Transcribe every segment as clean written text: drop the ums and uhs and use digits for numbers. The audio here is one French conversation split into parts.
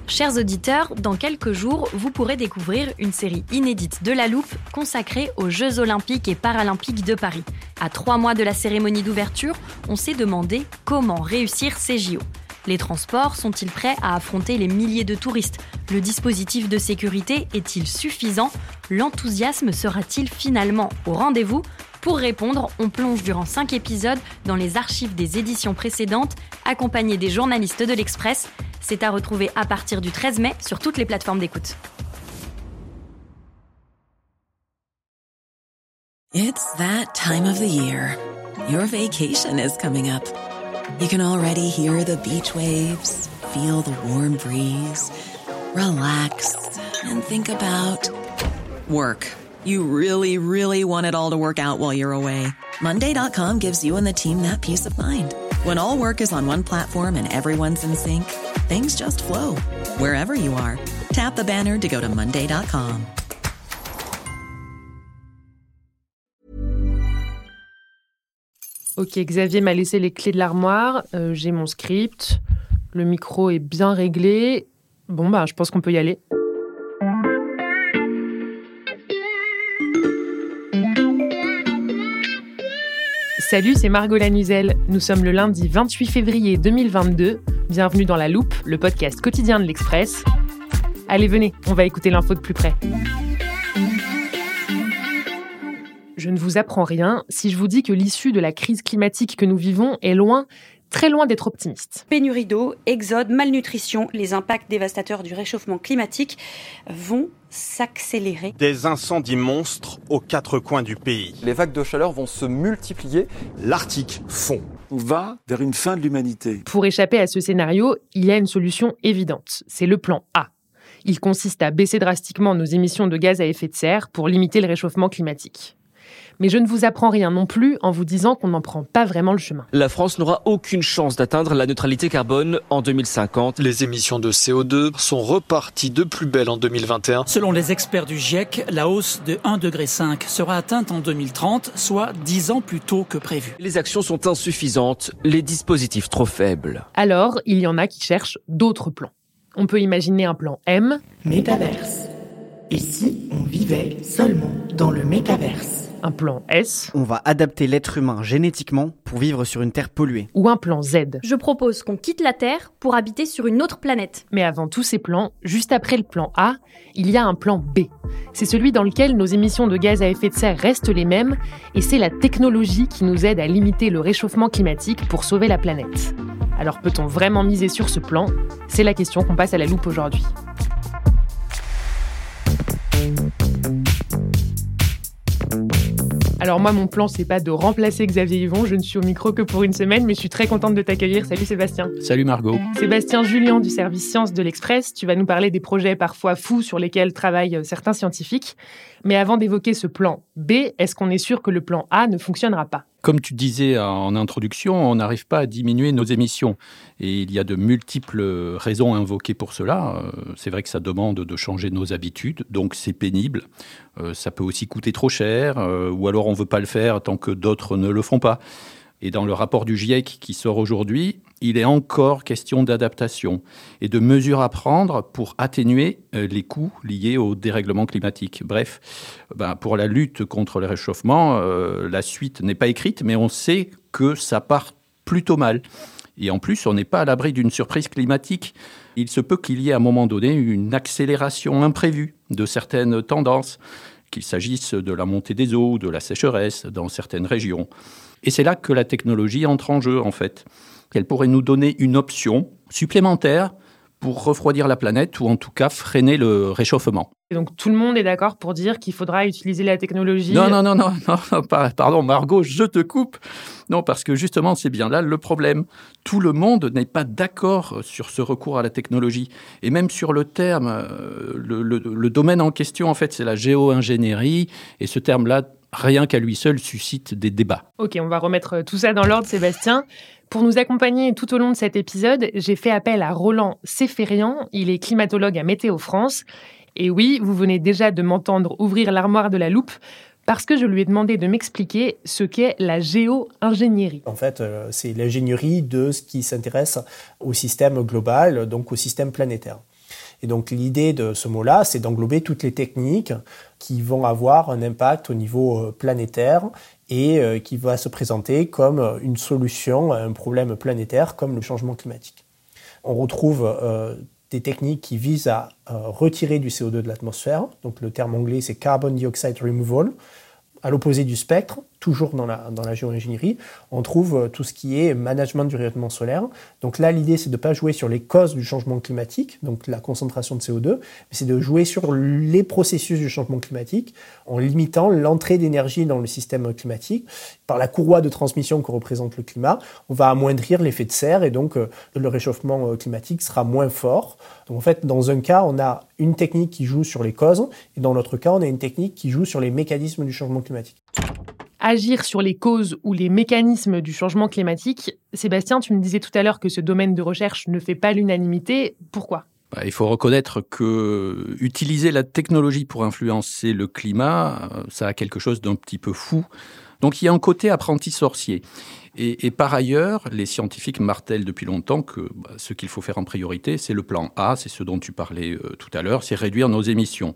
Chers auditeurs, dans quelques jours, vous pourrez découvrir une série inédite de La Loupe consacrée aux Jeux Olympiques et Paralympiques de Paris. À 3 mois de la cérémonie d'ouverture, on s'est demandé comment réussir ces JO. Les transports sont-ils prêts à affronter les milliers de touristes ? Le dispositif de sécurité est-il suffisant ? L'enthousiasme sera-t-il finalement au rendez-vous ? Pour répondre, on plonge durant 5 épisodes dans les archives des éditions précédentes, accompagnés des journalistes de l'Express. C'est à retrouver à partir du 13 mai sur toutes les plateformes d'écoute. It's that time of the year. Your vacation is coming up. You can already hear the beach waves, feel the warm breeze, relax, and think about work. You really, really want it all to work out while you're away. Monday.com gives you and the team that peace of mind. When all work is on one platform and everyone's in sync, things just flow. Wherever you are, tap the banner to go to Monday.com. Ok, Xavier m'a laissé les clés de l'armoire, j'ai mon script, le micro est bien réglé. Bon, je pense qu'on peut y aller. Salut, c'est Margot Lanuzel. Nous sommes le lundi 28 février 2022. Bienvenue dans La Loupe, le podcast quotidien de l'Express. Allez, venez, on va écouter l'info de plus près. Je ne vous apprends rien si je vous dis que l'issue de la crise climatique que nous vivons est loin, très loin d'être optimiste. Pénurie d'eau, exode, malnutrition, les impacts dévastateurs du réchauffement climatique vont s'accélérer. Des incendies monstres aux 4 coins du pays. Les vagues de chaleur vont se multiplier. L'Arctique fond. On va vers une fin de l'humanité. Pour échapper à ce scénario, il y a une solution évidente. C'est le plan A. Il consiste à baisser drastiquement nos émissions de gaz à effet de serre pour limiter le réchauffement climatique. Mais je ne vous apprends rien non plus en vous disant qu'on n'en prend pas vraiment le chemin. La France n'aura aucune chance d'atteindre la neutralité carbone en 2050. Les émissions de CO2 sont reparties de plus belle en 2021. Selon les experts du GIEC, la hausse de 1,5 degré sera atteinte en 2030, soit 10 ans plus tôt que prévu. Les actions sont insuffisantes, les dispositifs trop faibles. Alors, il y en a qui cherchent d'autres plans. On peut imaginer un plan M. Métaverse. Et si on vivait seulement dans le métaverse ? Un plan S. On va adapter l'être humain génétiquement pour vivre sur une Terre polluée. Ou un plan Z. Je propose qu'on quitte la Terre pour habiter sur une autre planète. Mais avant tous ces plans, juste après le plan A, il y a un plan B. C'est celui dans lequel nos émissions de gaz à effet de serre restent les mêmes et c'est la technologie qui nous aide à limiter le réchauffement climatique pour sauver la planète. Alors peut-on vraiment miser sur ce plan ? C'est la question qu'on passe à la loupe aujourd'hui. Alors moi, mon plan, c'est pas de remplacer Xavier Yvon. Je ne suis au micro que pour une semaine, mais je suis très contente de t'accueillir. Salut Sébastien. Salut Margot. Sébastien Julien du service Sciences de l'Express. Tu vas nous parler des projets parfois fous sur lesquels travaillent certains scientifiques. Mais avant d'évoquer ce plan B, est-ce qu'on est sûr que le plan A ne fonctionnera pas ? Comme tu disais en introduction, on n'arrive pas à diminuer nos émissions. Et il y a de multiples raisons invoquées pour cela. C'est vrai que ça demande de changer nos habitudes, donc c'est pénible. Ça peut aussi coûter trop cher, ou alors on ne veut pas le faire tant que d'autres ne le font pas. Et dans le rapport du GIEC qui sort aujourd'hui, il est encore question d'adaptation et de mesures à prendre pour atténuer les coûts liés au dérèglement climatique. Bref, pour la lutte contre le réchauffement, la suite n'est pas écrite, mais on sait que ça part plutôt mal. Et en plus, on n'est pas à l'abri d'une surprise climatique. Il se peut qu'il y ait à un moment donné une accélération imprévue de certaines tendances, qu'il s'agisse de la montée des eaux ou de la sécheresse dans certaines régions. Et c'est là que la technologie entre en jeu, en fait. Elle pourrait nous donner une option supplémentaire pour refroidir la planète ou en tout cas freiner le réchauffement. Et donc tout le monde est d'accord pour dire qu'il faudra utiliser la technologie. Non, pardon Margot, je te coupe. Non, parce que justement, c'est bien là le problème. Tout le monde n'est pas d'accord sur ce recours à la technologie. Et même sur le terme, le domaine en question, en fait, c'est la géo-ingénierie. Et ce terme-là, rien qu'à lui seul, suscite des débats. Ok, on va remettre tout ça dans l'ordre, Sébastien. Pour nous accompagner tout au long de cet épisode, j'ai fait appel à Roland Seferian. Il est climatologue à Météo France. Et oui, vous venez déjà de m'entendre ouvrir l'armoire de la loupe parce que je lui ai demandé de m'expliquer ce qu'est la géo-ingénierie. En fait, c'est l'ingénierie de ce qui s'intéresse au système global, donc au système planétaire. Et donc l'idée de ce mot-là, c'est d'englober toutes les techniques qui vont avoir un impact au niveau planétaire et qui va se présenter comme une solution à un problème planétaire comme le changement climatique. On retrouve des techniques qui visent à retirer du CO2 de l'atmosphère. Donc le terme anglais, c'est Carbon Dioxide Removal. À l'opposé du spectre, toujours dans la géo-ingénierie, on trouve tout ce qui est management du rayonnement solaire. Donc là, l'idée, c'est de ne pas jouer sur les causes du changement climatique, donc la concentration de CO2, mais c'est de jouer sur les processus du changement climatique en limitant l'entrée d'énergie dans le système climatique. Par la courroie de transmission que représente le climat, on va amoindrir l'effet de serre et donc le réchauffement climatique sera moins fort. Donc en fait, dans un cas, on a une technique qui joue sur les causes et dans l'autre cas, on a une technique qui joue sur les mécanismes du changement climatique. Agir sur les causes ou les mécanismes du changement climatique. Sébastien, tu me disais tout à l'heure que ce domaine de recherche ne fait pas l'unanimité. Pourquoi ? Il faut reconnaître que utiliser la technologie pour influencer le climat, ça a quelque chose d'un petit peu fou. Donc il y a un côté apprenti sorcier. Et par ailleurs, les scientifiques martèlent depuis longtemps que ce qu'il faut faire en priorité, c'est le plan A, c'est ce dont tu parlais tout à l'heure, c'est réduire nos émissions.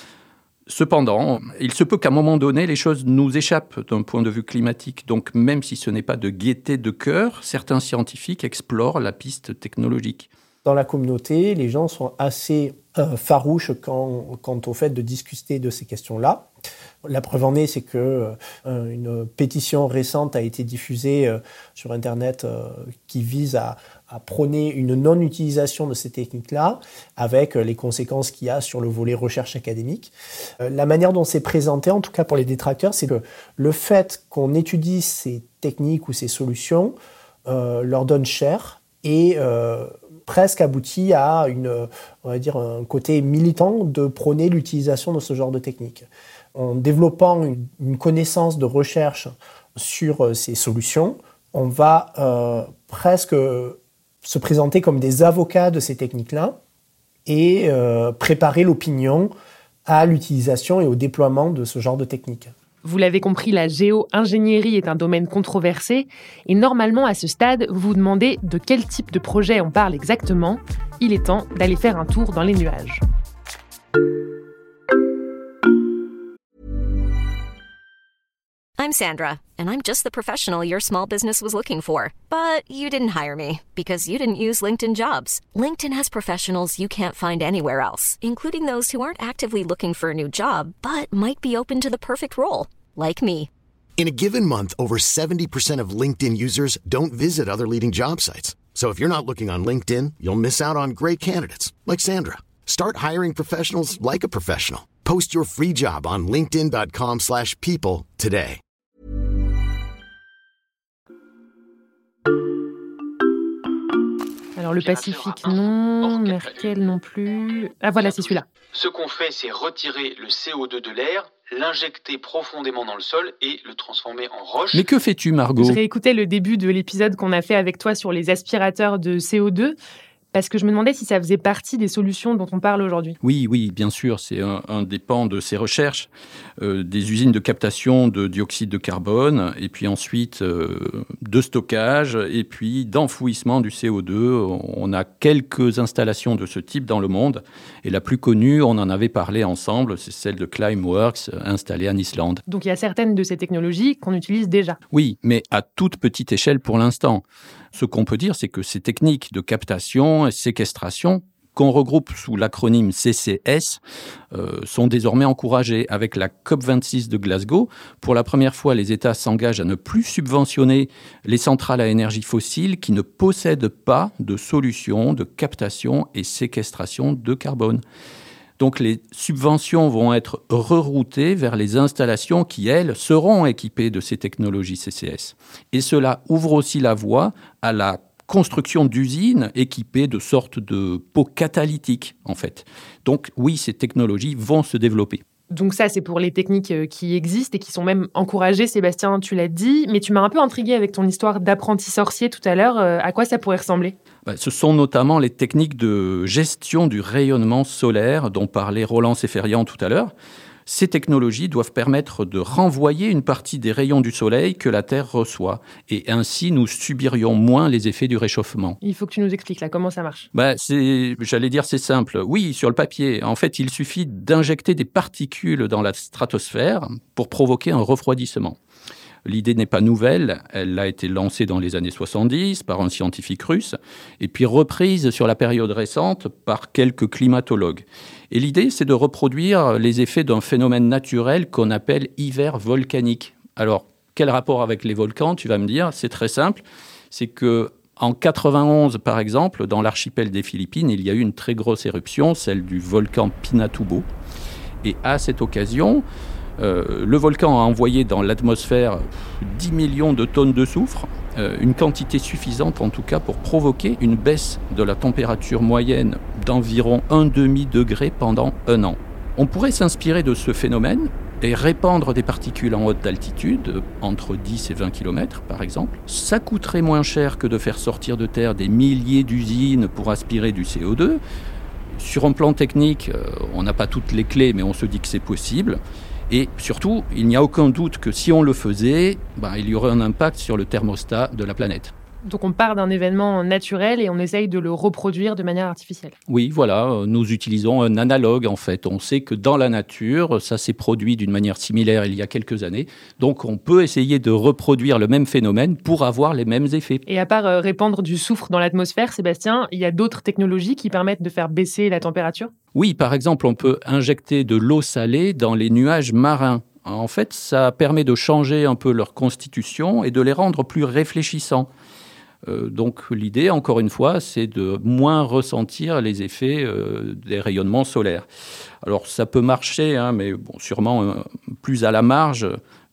Cependant, il se peut qu'à un moment donné, les choses nous échappent d'un point de vue climatique. Donc même si ce n'est pas de gaieté de cœur, certains scientifiques explorent la piste technologique. Dans la communauté, les gens sont assez farouches quant au fait de discuter de ces questions-là. La preuve en est, c'est qu'une pétition récente a été diffusée sur Internet qui vise à prôner une non-utilisation de ces techniques-là, avec les conséquences qu'il y a sur le volet recherche académique. La manière dont c'est présenté, en tout cas pour les détracteurs, c'est que le fait qu'on étudie ces techniques ou ces solutions leur donne cher et presque aboutit à on va dire, un côté militant de prôner l'utilisation de ce genre de techniques. En développant une connaissance de recherche sur ces solutions, on va presque se présenter comme des avocats de ces techniques-là et préparer l'opinion à l'utilisation et au déploiement de ce genre de techniques. Vous l'avez compris, la géo-ingénierie est un domaine controversé et normalement à ce stade, vous vous demandez de quel type de projet on parle exactement. Il est temps d'aller faire un tour dans les nuages. I'm Sandra, and I'm just the professional your small business was looking for. But you didn't hire me because you didn't use LinkedIn Jobs. LinkedIn has professionals you can't find anywhere else, including those who aren't actively looking for a new job, but might be open to the perfect role, like me. In a given month, over 70% of LinkedIn users don't visit other leading job sites. So if you're not looking on LinkedIn, you'll miss out on great candidates, like Sandra. Start hiring professionals like a professional. Post your free job on linkedin.com/people today. Alors le Pacifique, non. Merkel, non plus. Ah voilà, c'est celui-là. Ce qu'on fait, c'est retirer le CO2 de l'air, l'injecter profondément dans le sol et le transformer en roche. Mais que fais-tu, Margot ? Je réécoutais le début de l'épisode qu'on a fait avec toi sur les aspirateurs de CO2. Parce que je me demandais si ça faisait partie des solutions dont on parle aujourd'hui. Oui, bien sûr, c'est un des pans de ces recherches, des usines de captation de dioxyde de carbone, et puis ensuite de stockage, et puis d'enfouissement du CO2. On a quelques installations de ce type dans le monde, et la plus connue, on en avait parlé ensemble, c'est celle de Climeworks, installée en Islande. Donc il y a certaines de ces technologies qu'on utilise déjà. Oui, mais à toute petite échelle pour l'instant. Ce qu'on peut dire, c'est que ces techniques de captation et séquestration, qu'on regroupe sous l'acronyme CCS, sont désormais encouragées. Avec la COP26 de Glasgow, pour la première fois, les États s'engagent à ne plus subventionner les centrales à énergie fossile qui ne possèdent pas de solution de captation et séquestration de carbone. Donc les subventions vont être reroutées vers les installations qui, elles, seront équipées de ces technologies CCS. Et cela ouvre aussi la voie à la construction d'usines équipées de sortes de pots catalytiques, en fait. Donc oui, ces technologies vont se développer. Donc ça, c'est pour les techniques qui existent et qui sont même encouragées, Sébastien, tu l'as dit. Mais tu m'as un peu intrigué avec ton histoire d'apprenti sorcier tout à l'heure. À quoi ça pourrait ressembler ? Ce sont notamment les techniques de gestion du rayonnement solaire dont parlait Roland Seferian tout à l'heure. Ces technologies doivent permettre de renvoyer une partie des rayons du soleil que la Terre reçoit. Et ainsi, nous subirions moins les effets du réchauffement. Il faut que tu nous expliques là, comment ça marche. C'est simple. Oui, sur le papier. En fait, il suffit d'injecter des particules dans la stratosphère pour provoquer un refroidissement. L'idée n'est pas nouvelle, elle a été lancée dans les années 70 par un scientifique russe et puis reprise sur la période récente par quelques climatologues. Et l'idée, c'est de reproduire les effets d'un phénomène naturel qu'on appelle hiver volcanique. Alors, quel rapport avec les volcans, tu vas me dire? C'est très simple, c'est que en 91, par exemple, dans l'archipel des Philippines, il y a eu une très grosse éruption, celle du volcan Pinatubo. Et à cette occasion, le volcan a envoyé dans l'atmosphère 10 millions de tonnes de soufre, une quantité suffisante en tout cas pour provoquer une baisse de la température moyenne d'environ 1,5 degré pendant 1 an. On pourrait s'inspirer de ce phénomène et répandre des particules en haute altitude, entre 10 et 20 km par exemple. Ça coûterait moins cher que de faire sortir de terre des milliers d'usines pour aspirer du CO2. Sur un plan technique, on n'a pas toutes les clés, mais on se dit que c'est possible. Et surtout, il n'y a aucun doute que si on le faisait, il y aurait un impact sur le thermostat de la planète. Donc on part d'un événement naturel et on essaye de le reproduire de manière artificielle. Oui, voilà, nous utilisons un analogue en fait. On sait que dans la nature, ça s'est produit d'une manière similaire il y a quelques années. Donc on peut essayer de reproduire le même phénomène pour avoir les mêmes effets. Et à part répandre du soufre dans l'atmosphère, Sébastien, il y a d'autres technologies qui permettent de faire baisser la température ? Oui, par exemple, on peut injecter de l'eau salée dans les nuages marins. En fait, ça permet de changer un peu leur constitution et de les rendre plus réfléchissants. Donc l'idée, encore une fois, c'est de moins ressentir les effets des rayonnements solaires. Alors ça peut marcher, mais sûrement plus à la marge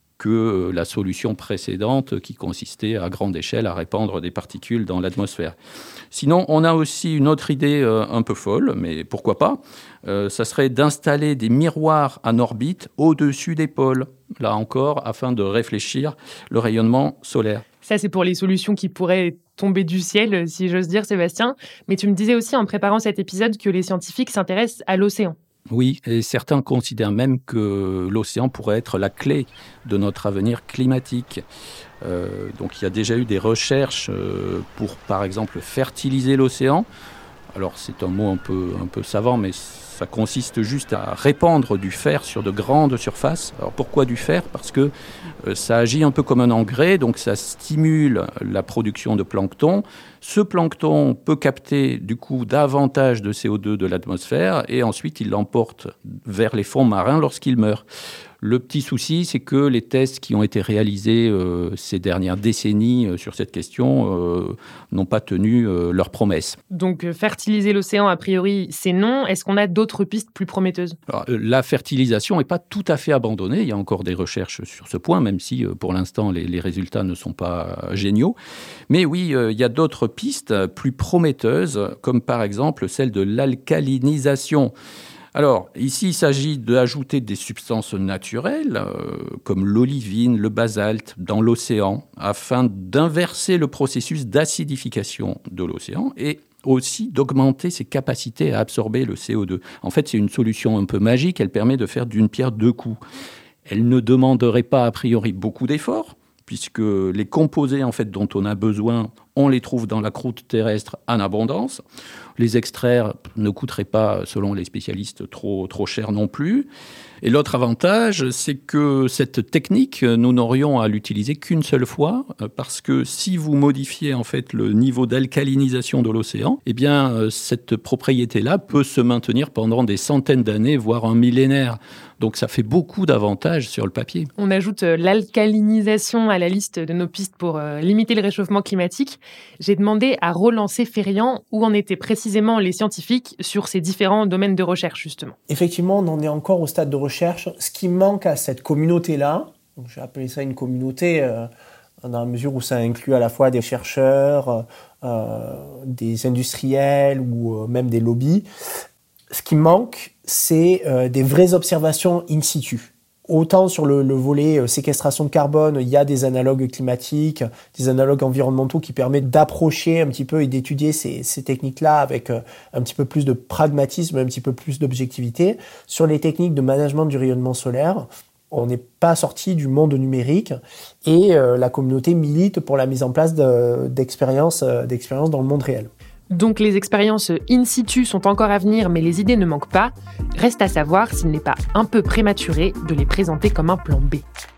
que la solution précédente qui consistait à grande échelle à répandre des particules dans l'atmosphère. Sinon, on a aussi une autre idée un peu folle, mais pourquoi pas ? Ça serait d'installer des miroirs en orbite au-dessus des pôles, là encore, afin de réfléchir le rayonnement solaire. Ça, c'est pour les solutions qui pourraient tomber du ciel, si j'ose dire, Sébastien. Mais tu me disais aussi en préparant cet épisode que les scientifiques s'intéressent à l'océan. Oui, et certains considèrent même que l'océan pourrait être la clé de notre avenir climatique. Donc il y a déjà eu des recherches pour, par exemple, fertiliser l'océan. Alors c'est un mot un peu savant, mais ça consiste juste à répandre du fer sur de grandes surfaces. Alors pourquoi du fer ? Parce que ça agit un peu comme un engrais, donc ça stimule la production de plancton. Ce plancton peut capter du coup davantage de CO2 de l'atmosphère et ensuite il l'emporte vers les fonds marins lorsqu'il meurt. Le petit souci, c'est que les tests qui ont été réalisés ces dernières décennies sur cette question n'ont pas tenu leurs promesses. Donc fertiliser l'océan, a priori, c'est non. Est-ce qu'on a d'autres pistes plus prometteuses ? Alors, la fertilisation n'est pas tout à fait abandonnée. Il y a encore des recherches sur ce point, même si pour l'instant les résultats ne sont pas géniaux. Mais oui, il y a d'autres pistes plus prometteuses, comme par exemple celle de l'alcalinisation. Alors, ici, il s'agit d'ajouter des substances naturelles, comme l'olivine, le basalte, dans l'océan, afin d'inverser le processus d'acidification de l'océan et aussi d'augmenter ses capacités à absorber le CO2. En fait, c'est une solution un peu magique, elle permet de faire d'une pierre deux coups. Elle ne demanderait pas, a priori, beaucoup d'efforts, puisque les composés en fait, dont on a besoin, on les trouve dans la croûte terrestre en abondance. Les extraire ne coûteraient pas, selon les spécialistes, trop cher non plus. Et l'autre avantage, c'est que cette technique, nous n'aurions à l'utiliser qu'une seule fois, parce que si vous modifiez en fait le niveau d'alcalinisation de l'océan, eh bien cette propriété-là peut se maintenir pendant des centaines d'années, voire un millénaire. Donc ça fait beaucoup d'avantages sur le papier. On ajoute l'alcalinisation à la liste de nos pistes pour limiter le réchauffement climatique. J'ai demandé à Roland Séférian où en étaient précisément les scientifiques sur ces différents domaines de recherche, justement. Effectivement, on en est encore au stade de recherche. Ce qui manque à cette communauté-là, donc j'ai appelé ça une communauté dans la mesure où ça inclut à la fois des chercheurs, des industriels ou même des lobbies. Ce qui manque, c'est des vraies observations in situ, autant sur le volet séquestration de carbone, il y a des analogues climatiques, des analogues environnementaux qui permettent d'approcher un petit peu et d'étudier ces techniques-là avec un petit peu plus de pragmatisme, un petit peu plus d'objectivité. Sur les techniques de management du rayonnement solaire, on n'est pas sorti du monde numérique et la communauté milite pour la mise en place d'expériences dans le monde réel. Donc les expériences in situ sont encore à venir, mais les idées ne manquent pas. Reste à savoir s'il n'est pas un peu prématuré de les présenter comme un plan B.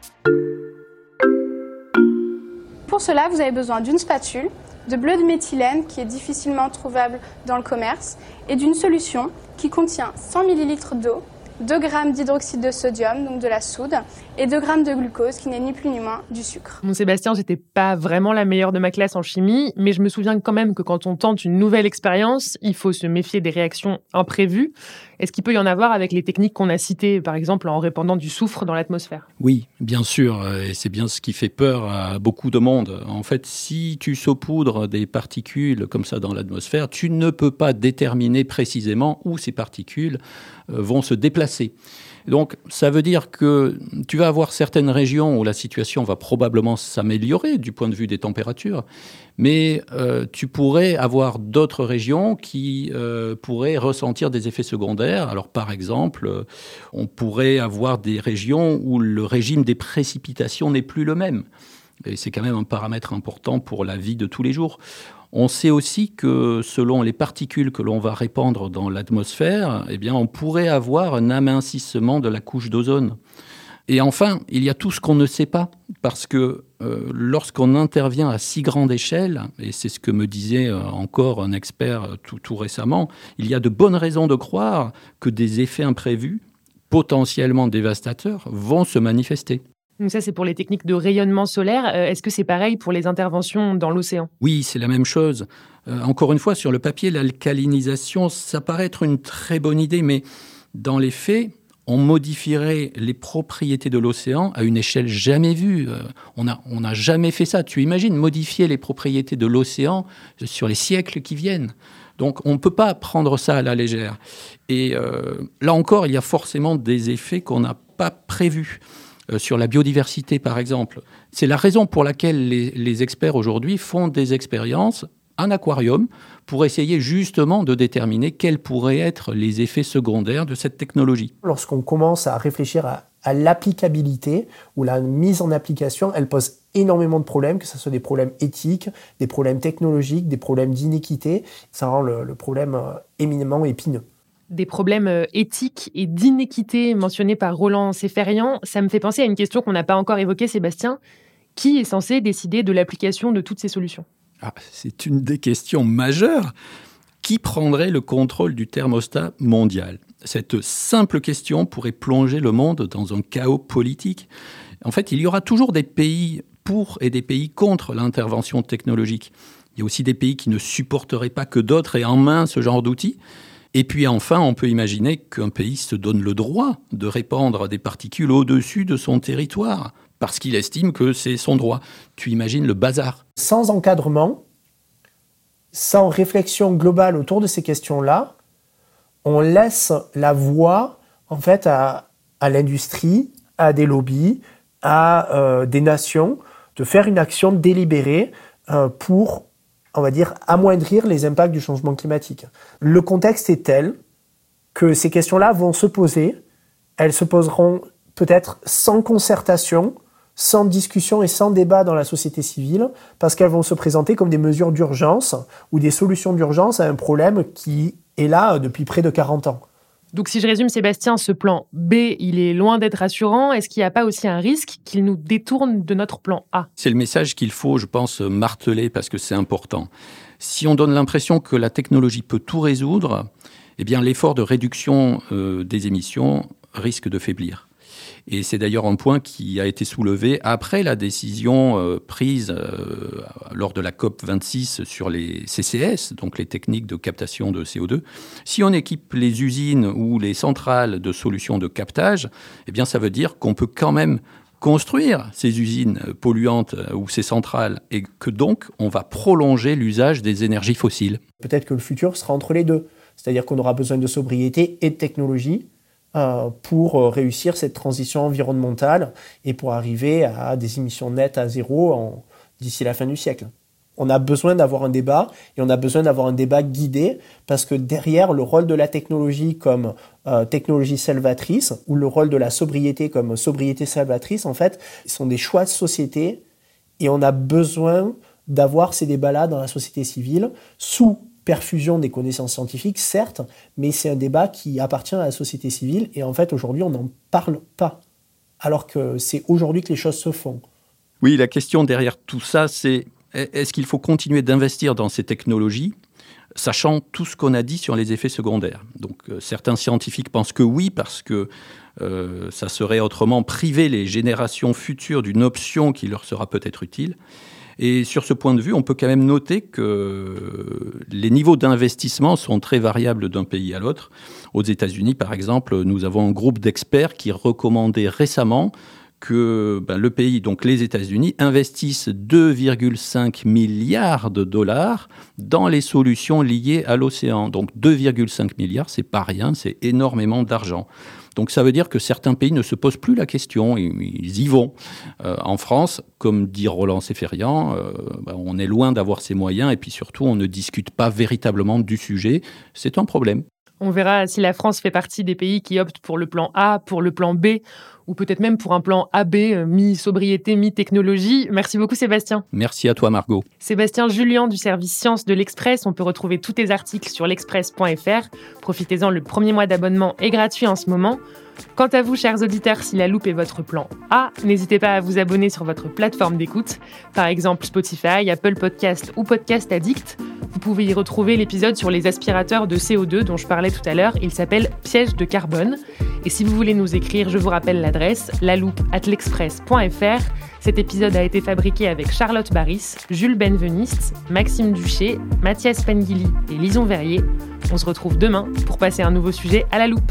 Pour cela, vous avez besoin d'une spatule, de bleu de méthylène qui est difficilement trouvable dans le commerce et d'une solution qui contient 100 ml d'eau, 2 g d'hydroxyde de sodium, donc de la soude, et 2 g de glucose, qui n'est ni plus ni moins du sucre. Bon, Sébastien, j'étais pas vraiment la meilleure de ma classe en chimie, mais je me souviens quand même que quand on tente une nouvelle expérience, il faut se méfier des réactions imprévues. Est-ce qu'il peut y en avoir avec les techniques qu'on a citées, par exemple en répandant du soufre dans l'atmosphère ? Oui, bien sûr, et c'est bien ce qui fait peur à beaucoup de monde. En fait, si tu saupoudres des particules comme ça dans l'atmosphère, tu ne peux pas déterminer précisément où ces particules vont se déplacer. Donc, ça veut dire que tu vas avoir certaines régions où la situation va probablement s'améliorer du point de vue des températures, mais tu pourrais avoir d'autres régions qui pourraient ressentir des effets secondaires. Alors, par exemple, on pourrait avoir des régions où le régime des précipitations n'est plus le même. Et c'est quand même un paramètre important pour la vie de tous les jours. On sait aussi que selon les particules que l'on va répandre dans l'atmosphère, eh bien, on pourrait avoir un amincissement de la couche d'ozone. Et enfin, il y a tout ce qu'on ne sait pas, parce que lorsqu'on intervient à si grande échelle, et c'est ce que me disait encore un expert tout récemment, il y a de bonnes raisons de croire que des effets imprévus, potentiellement dévastateurs, vont se manifester. Donc ça, c'est pour les techniques de rayonnement solaire. Est-ce que c'est pareil pour les interventions dans l'océan ? Oui, c'est la même chose. Encore une fois, sur le papier, l'alcalinisation, ça paraît être une très bonne idée, mais dans les faits, on modifierait les propriétés de l'océan à une échelle jamais vue. On n'a jamais fait ça. Tu imagines modifier les propriétés de l'océan sur les siècles qui viennent. Donc, on ne peut pas prendre ça à la légère. Et là encore, il y a forcément des effets qu'on n'a pas prévus. Sur la biodiversité, par exemple. C'est la raison pour laquelle les experts aujourd'hui font des expériences en aquarium pour essayer justement de déterminer quels pourraient être les effets secondaires de cette technologie. Lorsqu'on commence à réfléchir à l'applicabilité ou la mise en application, elle pose énormément de problèmes, que ce soit des problèmes éthiques, des problèmes technologiques, des problèmes d'inéquité. Ça rend le problème éminemment épineux. Des problèmes éthiques et d'inéquité mentionnés par Roland Seferian, ça me fait penser à une question qu'on n'a pas encore évoquée, Sébastien. Qui est censé décider de l'application de toutes ces solutions ? C'est une des questions majeures. Qui prendrait le contrôle du thermostat mondial ? Cette simple question pourrait plonger le monde dans un chaos politique. En fait, il y aura toujours des pays pour et des pays contre l'intervention technologique. Il y a aussi des pays qui ne supporteraient pas que d'autres aient en main ce genre d'outils. Et puis enfin, on peut imaginer qu'un pays se donne le droit de répandre des particules au-dessus de son territoire, parce qu'il estime que c'est son droit. Tu imagines le bazar. Sans encadrement, sans réflexion globale autour de ces questions-là, on laisse la voie en fait, à l'industrie, à des lobbies, à des nations, de faire une action délibérée pour, on va dire, amoindrir les impacts du changement climatique. Le contexte est tel que ces questions-là vont se poser. Elles se poseront peut-être sans concertation, sans discussion et sans débat dans la société civile, parce qu'elles vont se présenter comme des mesures d'urgence ou des solutions d'urgence à un problème qui est là depuis près de 40 ans. Donc si je résume, Sébastien, ce plan B, il est loin d'être rassurant. Est-ce qu'il n'y a pas aussi un risque qu'il nous détourne de notre plan A ? C'est le message qu'il faut, je pense, marteler parce que c'est important. Si on donne l'impression que la technologie peut tout résoudre, eh bien l'effort de réduction des émissions risque de faiblir. Et c'est d'ailleurs un point qui a été soulevé après la décision prise lors de la COP26 sur les CCS, donc les techniques de captation de CO2. Si on équipe les usines ou les centrales de solutions de captage, eh bien ça veut dire qu'on peut quand même construire ces usines polluantes ou ces centrales et que donc on va prolonger l'usage des énergies fossiles. Peut-être que le futur sera entre les deux, c'est-à-dire qu'on aura besoin de sobriété et de technologie, pour réussir cette transition environnementale et pour arriver à des émissions nettes à zéro d'ici la fin du siècle. On a besoin d'avoir un débat et on a besoin d'avoir un débat guidé parce que derrière le rôle de la technologie comme technologie salvatrice ou le rôle de la sobriété comme sobriété salvatrice, en fait, sont des choix de société et on a besoin d'avoir ces débats-là dans la société civile sous perfusion des connaissances scientifiques, certes, mais c'est un débat qui appartient à la société civile et en fait aujourd'hui on n'en parle pas alors que c'est aujourd'hui que les choses se font. Oui, la question derrière tout ça, c'est est-ce qu'il faut continuer d'investir dans ces technologies, sachant tout ce qu'on a dit sur les effets secondaires ? Donc, certains scientifiques pensent que oui, parce que ça serait autrement priver les générations futures d'une option qui leur sera peut-être utile. Et sur ce point de vue, on peut quand même noter que les niveaux d'investissement sont très variables d'un pays à l'autre. Aux États-Unis, par exemple, nous avons un groupe d'experts qui recommandait récemment que le pays, donc les États-Unis, investissent 2,5 milliards de dollars dans les solutions liées à l'océan. Donc 2,5 milliards, c'est pas rien, c'est énormément d'argent. Donc ça veut dire que certains pays ne se posent plus la question, ils y vont. En France, comme dit Roland Seferian, on est loin d'avoir ces moyens et puis surtout on ne discute pas véritablement du sujet. C'est un problème. On verra si la France fait partie des pays qui optent pour le plan A, pour le plan B, ou peut-être même pour un plan AB, mi-sobriété, mi-technologie. Merci beaucoup Sébastien. Merci à toi Margot. Sébastien Julian du service Sciences de l'Express. On peut retrouver tous tes articles sur l'express.fr. Profitez-en, le premier mois d'abonnement est gratuit en ce moment. Quant à vous, chers auditeurs, si la loupe est votre plan A, n'hésitez pas à vous abonner sur votre plateforme d'écoute, par exemple Spotify, Apple Podcast ou Podcast Addict. Vous pouvez y retrouver l'épisode sur les aspirateurs de CO2 dont je parlais tout à l'heure. Il s'appelle « Piège de carbone ». Et si vous voulez nous écrire, je vous rappelle l'adresse laloupe@l'express.fr. Cet épisode a été fabriqué avec Charlotte Baris, Jules Benveniste, Maxime Duché, Mathias Pengili et Lison Verrier. On se retrouve demain pour passer un nouveau sujet à la loupe.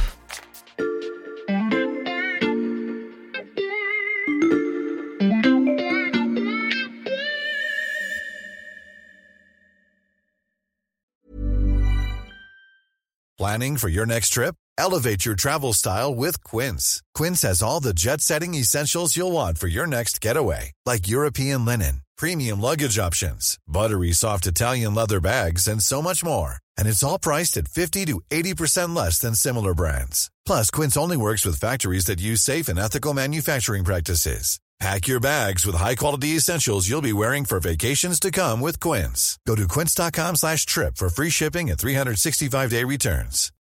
Planning for your next trip? Elevate your travel style with Quince. Quince has all the jet-setting essentials you'll want for your next getaway, like European linen, premium luggage options, buttery soft Italian leather bags, and so much more. And it's all priced at 50 to 80% less than similar brands. Plus, Quince only works with factories that use safe and ethical manufacturing practices. Pack your bags with high-quality essentials you'll be wearing for vacations to come with Quince. Go to quince.com/trip for free shipping and 365-day returns.